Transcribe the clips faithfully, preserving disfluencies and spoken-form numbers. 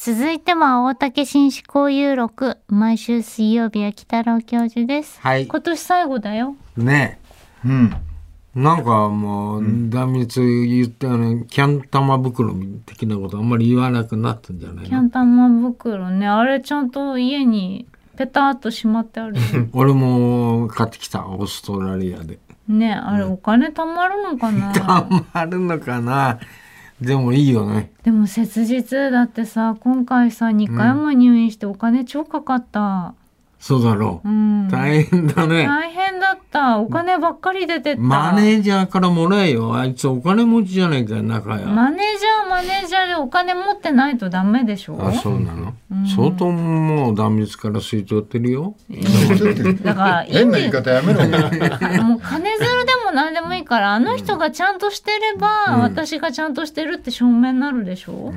続いては大竹紳士交友録、毎週水曜日は北郎教授です。 はい。 今年最後だよ。 ねえ。うん。なんかもう、うん、断蜜言ったよね、キャン玉袋的なことあんまり言わなくなったんじゃないの？ キャン玉袋ね、あれちゃんと家にペタッとしまってある。 俺も買ってきた、オーストラリアで。 ね、あれお金貯まるのかな？ 貯まるのかな。でもいいよね。 でも切実だってさ、今回さにかいも入院してお金超かかった、うん、 そうだろう、うん、大変だね。 大変だった。お金ばっかり出てった。 マネージャーからもらえよ。あいつお金持ちじゃないかよ、中や。 マネージャーマネージャーでお金持ってないとダメでしょ。 あ、そうなの、うん、相当もう断蜜から吸い取ってるよ。 だから変な言い方やめろ。 もう金づるでも何でもいいから、あの人がちゃんとしてれば、うん、私がちゃんとしてるって証明になるでしょ、うん、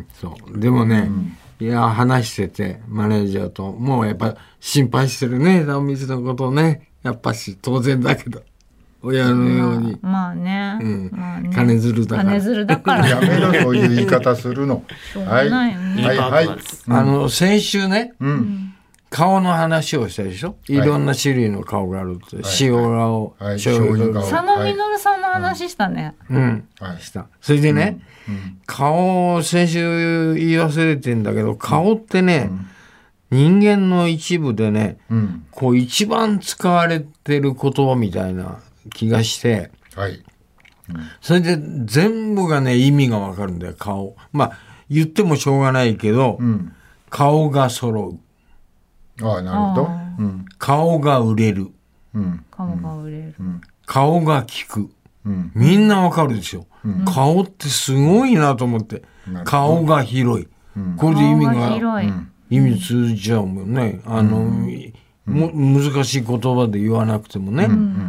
そうでもね、うん、いや話しててマネージャーともうやっぱ心配してるね、断蜜のことをね。やっぱし当然だけど親のように、 まあ、まあね、うんまあね、 金づるだから金づるだからやめろそういう言い方するの。 はいはいはい、 うん、あの先週ね、うん、顔の話をしたでしょ。いろんな種類の顔があるって、はい、塩顔、 はい、醤油顔、 佐野実さんの話したね、 うん、うんはい、したそれでね、うんうん、顔先週言い忘れてんだけど、顔ってね、うん人間の一部でね、うん、こう一番使われてる言葉みたいな気がして、はいうん、それで全部がね意味がわかるんだよ。顔まあ言ってもしょうがないけど、うん、顔が揃う。ああなるほど、うん、 顔が売れる、 うん、顔が売れる、うん、 顔が効く、うん、みんなわかるでしょ、うん、顔ってすごいなと思って、うん、顔が広い、うん、これで意味が広い、うん意味通じちゃうもんね。あの、うん、も難しい言葉で言わなくてもね、うん、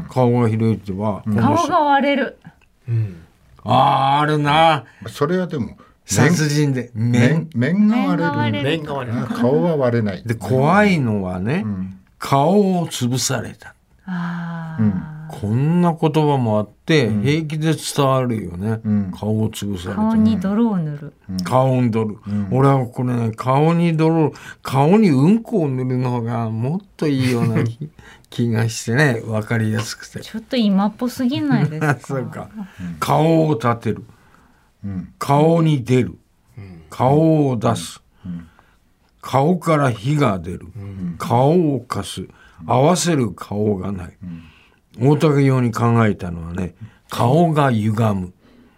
顔が広いっては、 うん、顔が割れる、 うん、あああるな。 それはでも殺人で面面が割れる、 面が割れる顔は割れないで怖いのはね、うん、顔を潰された。 あ、 うん、こんな言葉もあって、うん、平気で伝わるよね、うん、顔を潰された。 顔に泥を塗る、 うん、顔に泥、うん、俺はこれね顔に泥顔にうんこを塗るのがもっといいような気がしてね分かりやすくて。 ちょっと今っぽすぎないですか。 そうか、うん、顔を立てる、うん、顔に出る、うん、顔を出す、うん、顔から火が出る、うん、顔を貸す、合わせる顔がない、うん大竹用に考えたのはね、顔が歪む。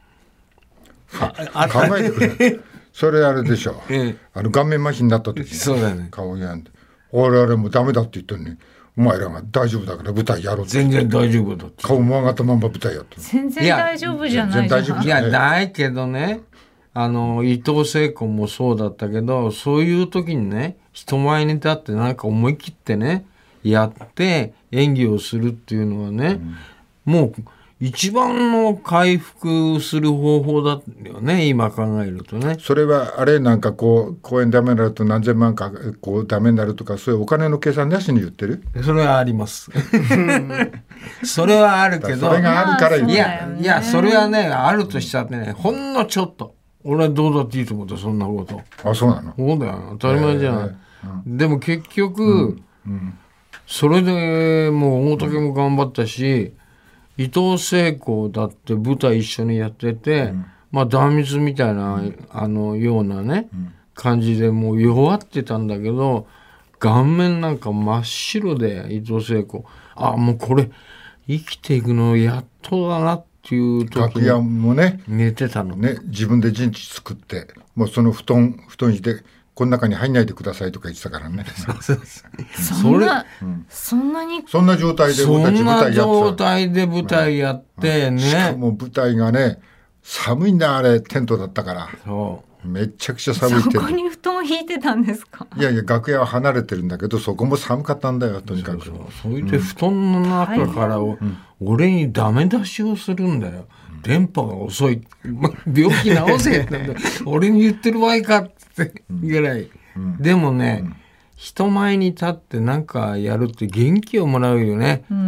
あ考えてくれ。それあれでしょ。ええ、あの顔面麻痺になった時に、 そうだね。 顔が歪んで、我々もダメだって言ったのに、お前らが大丈夫だから舞台やろうって。 全然大丈夫だって。 顔も上がったまんま舞台やって。 全然大丈夫じゃないじゃん。いや、 いやないけどね。あの伊藤聖子もそうだったけど、そういう時にね、人前に立ってなんか思い切ってね。やって演技をするっていうのはね、うん、もう一番の回復する方法だよね今考えるとね。 それはあれなんかこう公演ダメになると何千万かこうダメになるとかそういうお金の計算なしに言ってる。 それはありますそれはあるけどそれがあるから言う、 いやいやそれはねあるとしちゃってね、ほんのちょっと俺はどうだっていいと思ったそんなこと。 あそうなの。 そうだよ当たり前じゃない、えーうん、でも結局、うんうんそれでもう大竹も頑張ったし、うん、伊藤聖子だって舞台一緒にやってて、うん、まあ断蜜みたいな、うん、あのようなね、うん、感じでもう弱ってたんだけど顔面なんか真っ白で伊藤聖子あもうこれ生きていくのやっとだなっていう時楽屋もね寝てたのね自分で陣地作ってもうその布団布団してこの中に入んないでくださいとか言ってたからね。 そんな、うん、そんなにそんな状態で俺たち舞台やってそんな状態で舞台やってね、うん、 しかも舞台がね寒いんだあれテントだったからそうめちゃくちゃ寒いテント。 そこに布団を引いてたんですか。 いやいや楽屋は離れてるんだけどそこも寒かったんだよとにかく。 そうそうそれで布団の中からを、うん、俺にダメ出しをするんだよ、うん、電波が遅い病気治せって俺に言ってる場合かってぐらい、うん、でもね、うん、人前に立ってなんかやるって元気をもらうよね、うん、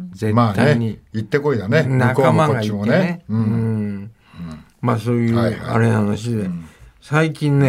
絶対に、まあね、 行ってこいだね仲間がいてね、うんうん、まあそういうあれの話で、はいはい、最近ね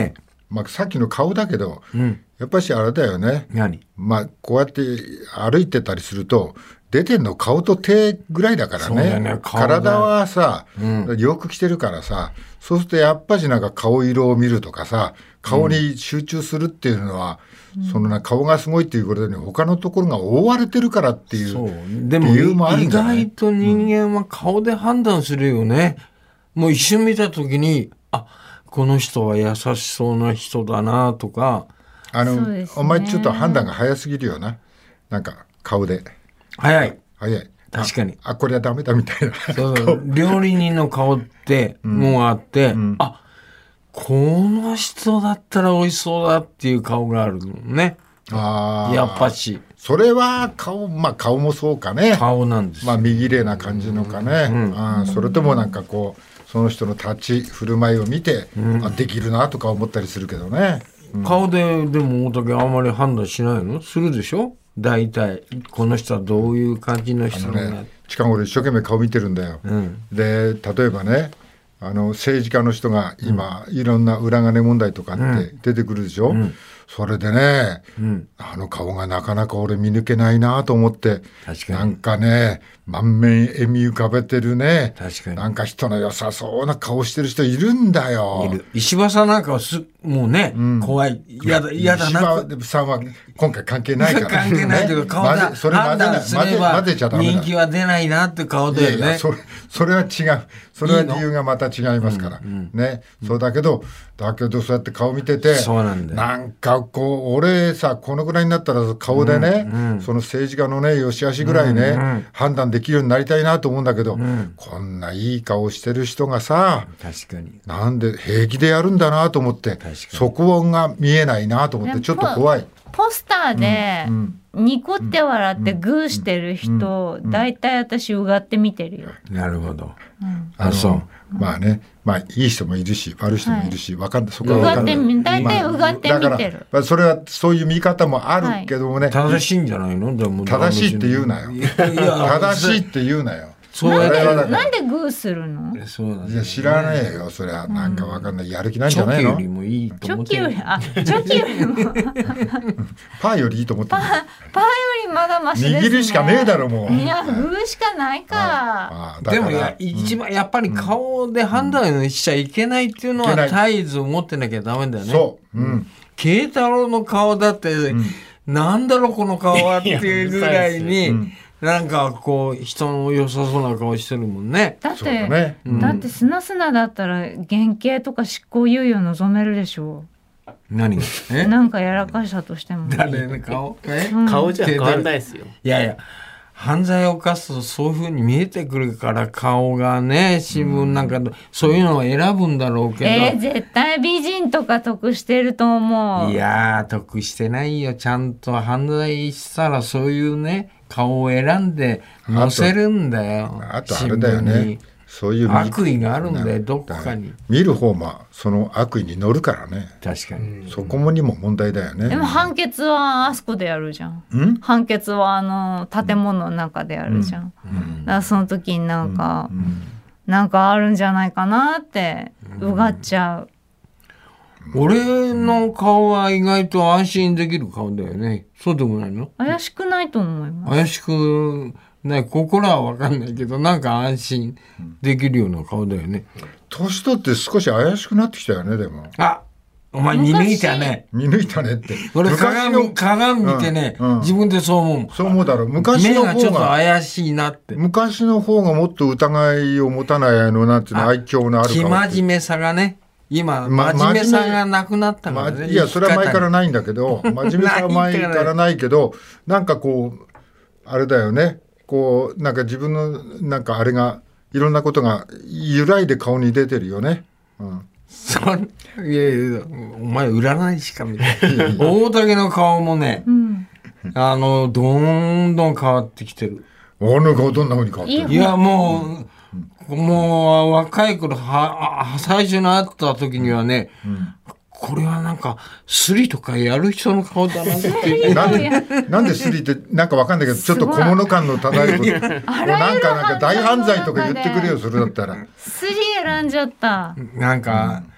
まあ、さっきの顔だけど、 うん、 やっぱしあれだよね。 何、 まあ、こうやって歩いてたりすると出てんの顔と手ぐらいだから ね, ね体はさ、うん、洋服着てるからさ、そうするとやっぱしなんか顔色を見るとかさ、顔に集中するっていうのは、うん、そのな顔がすごいっていうことに他のところが覆われてるからっていうそうでも理由もあるんじゃない？意外と人間は顔で判断するよね、うん、もう一瞬見た時にあこの人は優しそうな人だなとか、 あの、ね、お前ちょっと判断が早すぎるよな、なんか顔で早い早い確かにあ, あこれはダメだみたいなそう料理人の顔ってもうあって、うん、あこの人だったら美味しそうだっていう顔があるのね。あやっぱしそれは顔、まあ顔もそうかね。 顔なんですよ。 まあ見綺麗な感じのかね、うん、あそれともなんかこうその人の立ち振る舞いを見て、うん、あできるなとか思ったりするけどね、 うん、顔ででも大竹あんまり判断しないの？するでしょ大体この人はどういう感じの人なの、ね、 近頃一生懸命顔見てるんだよ、うん、で例えばねあの政治家の人が今、うん、いろんな裏金問題とかって出てくるでしょ、うん、それでね、うん、あの顔がなかなか俺見抜けないなと思って、確かになんかね満面笑み浮かべてるね、確かになんか人の良さそうな顔してる人いるんだよ。 いる。石破さんなんかはすもうね、うん、怖い嫌だ嫌だな。 石破さんは今回関係ないから関係ないというか顔が、それ判断すれば人気は出ないなって顔だよね。いやいやそれ、それは違う。 それは理由がまた違いますから。いいうんうん、ね、うん、そうだけどだけどそうやって顔見てて、そうなんだよ。なんかこう俺さこのぐらいになったら顔でね、うんうん、その政治家のね良し悪しぐらいね、うんうん、判断できるようになりたいなと思うんだけど、うん、こんないい顔してる人がさ、確かになんで平気でやるんだなと思って、そこが見えないなと思ってちょっと怖い。 ポスターでニコって笑ってグーしてる人、だいたい私うがって見てるよ。 なるほど、 うん、あそうまあね、まあいい人もいるし悪い人もいるし、はい、分かんない、そこは分かんない。 だいたいうがって見てる、まあ、だからそれはそういう見方もあるけどもね、はい、 正しいんじゃないの？でも正しいって言うなよ。いや正しいって言うなよ。 そうなんでなんでグーするの？ そうなんですね、 いや知らねえよそれは。なんかわかんない、やる気ないんじゃないの？ チョキよりもいいと思ってる。 チョキよりあチョキよりもパーよりいいと思ってる。 パ, パーよりまだマシですね。 握るしかねえだろもう。 いやグーしかないか。 ああでもや一番やっぱり顔で判断しちゃいけないっていうのは絶えず持ってなきゃダメだよね。そう。うん。慶太郎の顔だって、うん、なんだろうこの顔はっていうぐらいに。なんかこう人の良さそうな顔してるもんね。 だって、ねうん、だってスナスナだったら減刑とか執行猶予望めるでしょう。 何がえなんかやらかしたとしても。 誰の顔え、 うん、顔じゃ変わんないですよ。 いやいや犯罪を犯すとそういう風に見えてくるから顔がね新聞なんか、うん、そういうのを選ぶんだろうけど、 えー、絶対美人とか得してると思う。 いや得してないよ。ちゃんと犯罪したらそういうね顔を選んで載せるんだよ。 あと、あとあれだよね、そういう悪意があるんだよどこかに。 見る方もその悪意に乗るからね。 確かにそこもにも問題だよね。 でも判決はあそこでやるじゃん。ん判決はあの建物の中でやるじゃん、うんうん、だからその時になんか、うんうん、なんかあるんじゃないかなってうがっちゃう、 うん、俺の顔は意外と安心できる顔だよね。そうでもないの？ 怪しくないと思います。 怪しくない心は分かんないけどなんか安心できるような顔だよね。 年取って少し怪しくなってきたよね。でもあお前見抜いたね。 見抜いたねって。 俺鏡鏡見てね、うんうん、自分でそう思う。 そう思うだろう。昔の方が目がちょっと怪しいなって。 昔の方がもっと疑いを持たないあのなんていうの愛嬌のある顔。 生真面目さがね。今真面目さがなくなったからね。 いやそれは前からないんだけど真面目さは前からないけどなんかこうあれだよね。こうなんか自分のなんかあれがいろんなことが揺らいで顔に出てるよね。うん、 そいやいやお前占いしか見て大竹の顔もね、うん、あのどんどん変わってきてる。 あの顔どんな風に変わってる？ いやもう、うん、もう若い頃は最初に会った時にはね、うんうんこれはなんかスリとかやる人の顔だなってなんでなんでスリってなんかわかんないけどちょっと小物感の漂うなんかなんか大犯罪とか言ってくれよそれだったら。 スリ選んじゃった。 なんか、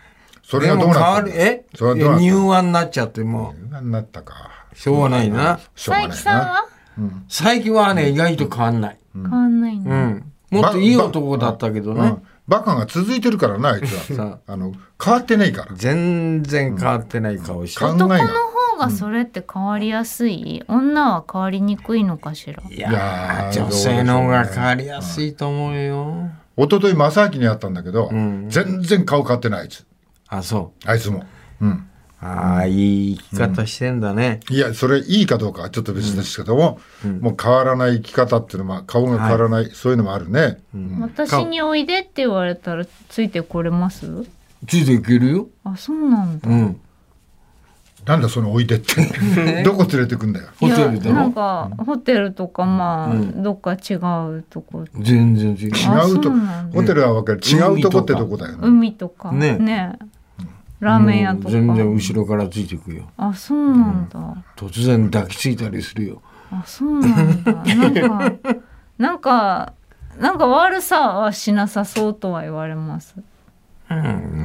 それがどうなったの？ えそれは入案になっちゃってもう。入案になったか。 しょうがないな。 佐伯さんは？ 佐伯はね、意外と変わんない。 変わんないね。 うん。もっといい男だったけどね。 バカが続いてるからな、あいつは。あの変わってないから。 全然変わってない顔して。 男の方がそれって変わりやすい？女は変わりにくいのかしら？ いや女性の方が変わりやすいと思うよ。 一昨日正明に会ったんだけど、全然顔変わってないあいつ。 あ、そう。 あいつも。うん。 ああ、いい生き方してんだね。 いや、それいいかどうかはちょっと別ですけども、もう変わらない生き方っていうのは顔が変わらない、そういうのもあるね。 私においでって言われたらついてこれます？ ついていけるよ。 あ、そうなんだ。 なんだそのおいでってどこ連れてくんだよ。 ホテルだろ。 なんかホテルとかまあどっか違うとこ。 全然違う。 違うとホテルは分かる。違うとこってどこだよ。 海とかね。ラーメン屋とか。 全然後ろからついていくよ。 あ、そうなんだ。 突然抱きついたりするよ。 あ、そうなんだ。なんかなんかなんか悪さはしなさそうとは言われます。 うん、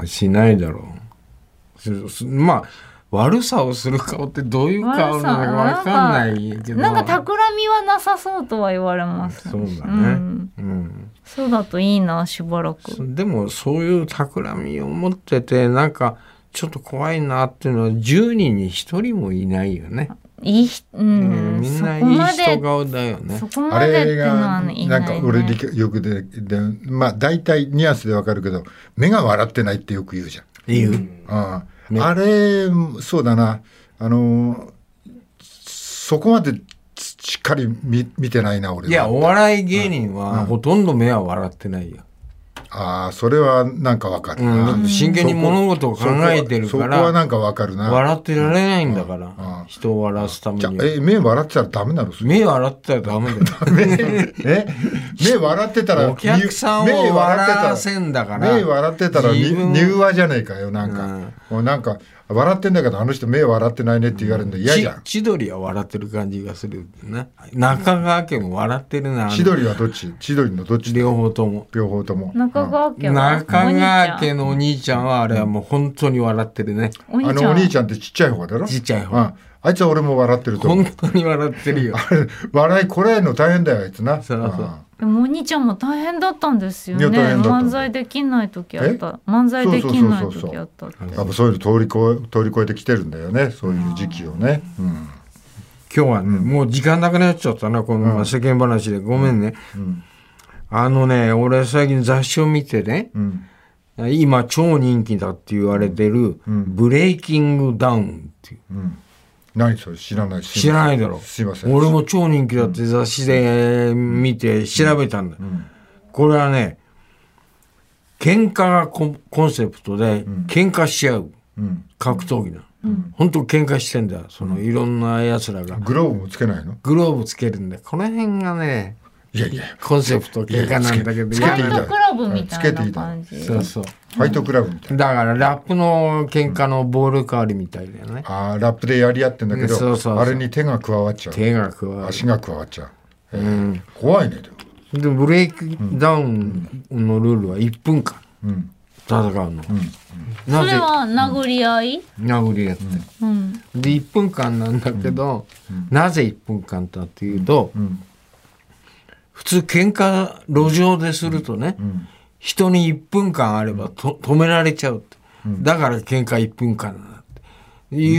しないだろう。まあ。悪さをする顔ってどういう顔なのか分かんないけど、 なんか企みはなさそうとは言われます。 そうだね、うんうん、 そうだといいな、しばらく。 でもそういう企みを持っててなんかちょっと怖いなっていうのはじゅうにんにひとりもいないよね。 いい、うんうん、 みんないい人顔だよね。 そこまでってのはね、 なんか俺よくででまあ大体ニュアンスでわかるけど目が笑ってないってよく言うじゃん。 言う。 ああね、あれそうだな、あのそこまでしっかり 見, 見てないな俺は。 いやお笑い芸人はほとんど目は笑ってないよ。 ああそれはなんかわかるな、 うん、真剣に物事を考えてるからそこはなんかわかるな。 笑ってられないんだから、うん、人を笑わすためには。 じゃえ目笑ってたらダメなの？ 目笑ってたらダメだよえ目笑ってたらお客さんを笑わせんだから。 目笑ってたら柔和じゃねえかよなんか、うん、もうなんか笑ってんだけどあの人目笑ってないねって言われるの嫌じゃん。 千鳥は笑ってる感じがするね。中川家も笑ってるな。 千鳥はどっち？千鳥のどっち？ 両方とも。 両方とも。 中川家は、 中川家のお兄ちゃんはあれはもう本当に笑ってるね。 あのお兄ちゃんってちっちゃい方だろ？ ちっちゃい方。 あ, あいつは俺も笑ってると思う。 本当に笑ってるよ。 あれ笑いこらえるの大変だよあいつな。 そうそう。 でもお兄ちゃんも大変だったんですよね。漫才できない時あった。漫才できない時あったって。 やっぱそういうの通り越え通り越えてきてるんだよね。そういう時期をね。うん、 今日はね、うん、もう時間なくなっちゃったなこの世間話で、ごめんね。うんうん、あのね俺最近雑誌を見てね、うん、今超人気だって言われてる、うん、ブレイキングダウンっていう。うん何それ知らない。 知らないだろ。 すいません。 俺も超人気だって雑誌で見て調べたんだ。うんうん、これはね、喧嘩がコンセプトで喧嘩し合う格闘技なの。うん、本当喧嘩してんだよ。そのいろんな奴らが。 グローブもつけないの？ グローブつけるんだよ。この辺がね、いやいやコンセプト喧嘩なんだけど、 ファイトクラブみたいな感じ。 そうそう。 ファイトクラブみたいな。だからラップの喧嘩のボール代わりみたいだよね。 ああラップでやり合ってんだけど、そうそうそうあれに手が加わっちゃう。 手が加わる。 足が加わっちゃう。うん、怖いねでも。 でブレイクダウンのルールはいっぷんかん戦うの。うんうん、 それは殴り合い？ 殴り合って。うん、でいっぷんかんなんだけど、うん、なぜいっぷんかんかっていうと。うんうん普通喧嘩路上でするとね、うん、人にいっぷんかんあればと止められちゃうって、うん、だから喧嘩いっぷんかんなんだっていう、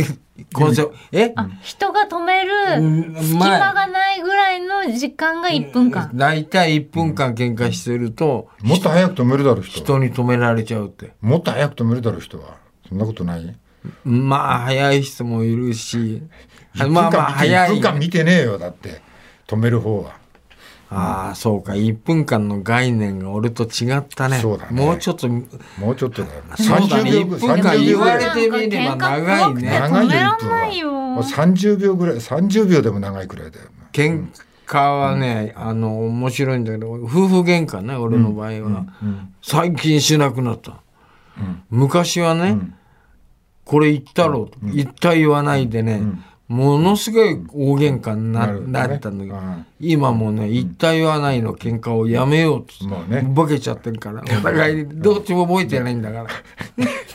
うん、コンセプト。えあ人が止める隙間がないぐらいの時間がいっぷんかん。 だいたいいっぷんかん喧嘩してると、 うん、もっと早く止めるだろ人。 人に止められちゃうって。 もっと早く止めるだろ人は。そんなことない？ まあ早い人もいるし、まあまあ早い。いっぷんかん見てねえよだって止める方は。 ああそうかいっぷんかんの概念が俺と違ったね。 そうだね。 もうちょっともうちょっとだよ。 そうだね。いっぷんかん言われてみれば長いね。 長いよいっぷんは。さんじゅうびょうぐらいさんじゅうびょうでも長いくらいだよ。 喧嘩はね、うん、あの面白いんだけど夫婦喧嘩ね俺の場合は、うんうん、最近しなくなった。うん、昔はね、うん、これ言ったろう、うん、言った言わないでね。うんものすごい大喧嘩に な,、うん、なったんだけど、うん、今もね言った言わないの喧嘩をやめようと、うんね、ボケちゃってるからお互いどっちも覚えてないんだから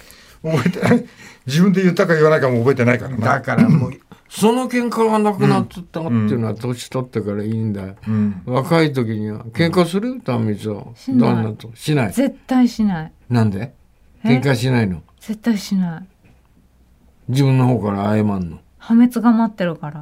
覚えてない。自分で言ったか言わないかも覚えてないからな。 だからもうその喧嘩がなくなってったっていうのは年取ってからいいんだよ、うん、若い時には喧嘩する壇蜜は旦那としない。 絶対しない。 なんで喧嘩しないの？ 絶対しない。 自分の方から謝んの？ 破滅が待ってるから。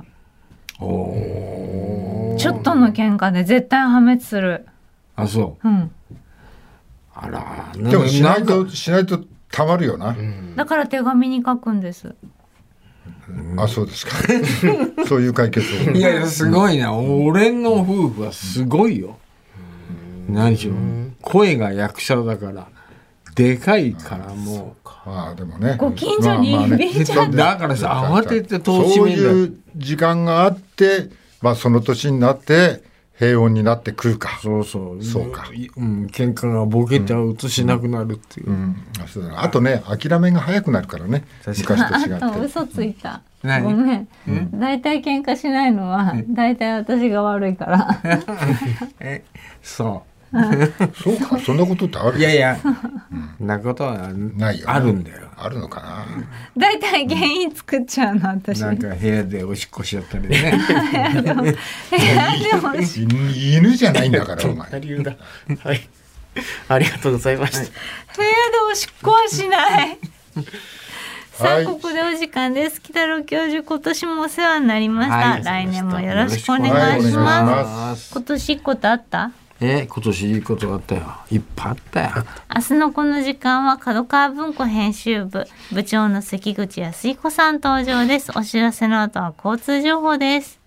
おちょっとの喧嘩で絶対破滅する。 あ、そう。 うん。 あら、 でもしないとしないとたまるよな、うん、 だから手紙に書くんです、 うん、あ、そうですかそういう解決を。 いやいやすごいな、うん、俺の夫婦はすごいよ、うん、何しろ声が役者だからでかいからもう、 まあでもね、 ご近所にいるじゃん、 だからさ慌てて通しそういう時間があって、まあその年になって平穏になってくるか。 そうそうそうか、 うん、喧嘩がボケちゃうとしなくなるっていう、うんうん、 あ, そうだな。あとね諦めが早くなるからね、昔と違って。 あと嘘ついた、ごめん、だいたい喧嘩しないのはだいたい私が悪いからえそうそうか、そんなことってある？ いやいや、うん、なことはないよ、あるんだよ。 あるのかな。 だいたい原因作っちゃうの私。 なんか部屋でおしっこしちゃったりね。 部屋でも犬じゃないんだからお前。 理由だ。はい。ありがとうございました。はい、 部屋でおしっこはしない。さあ、ここでお時間です。北郎教授、今年もお世話になりました。はい、来年もよろしくお願いします。今年いいことあった？ え今年いいことあったよ。いっぱいあったよ。 明日のこの時間は角川文庫編集部部長の関口康彦さん登場です。お知らせの後は交通情報です。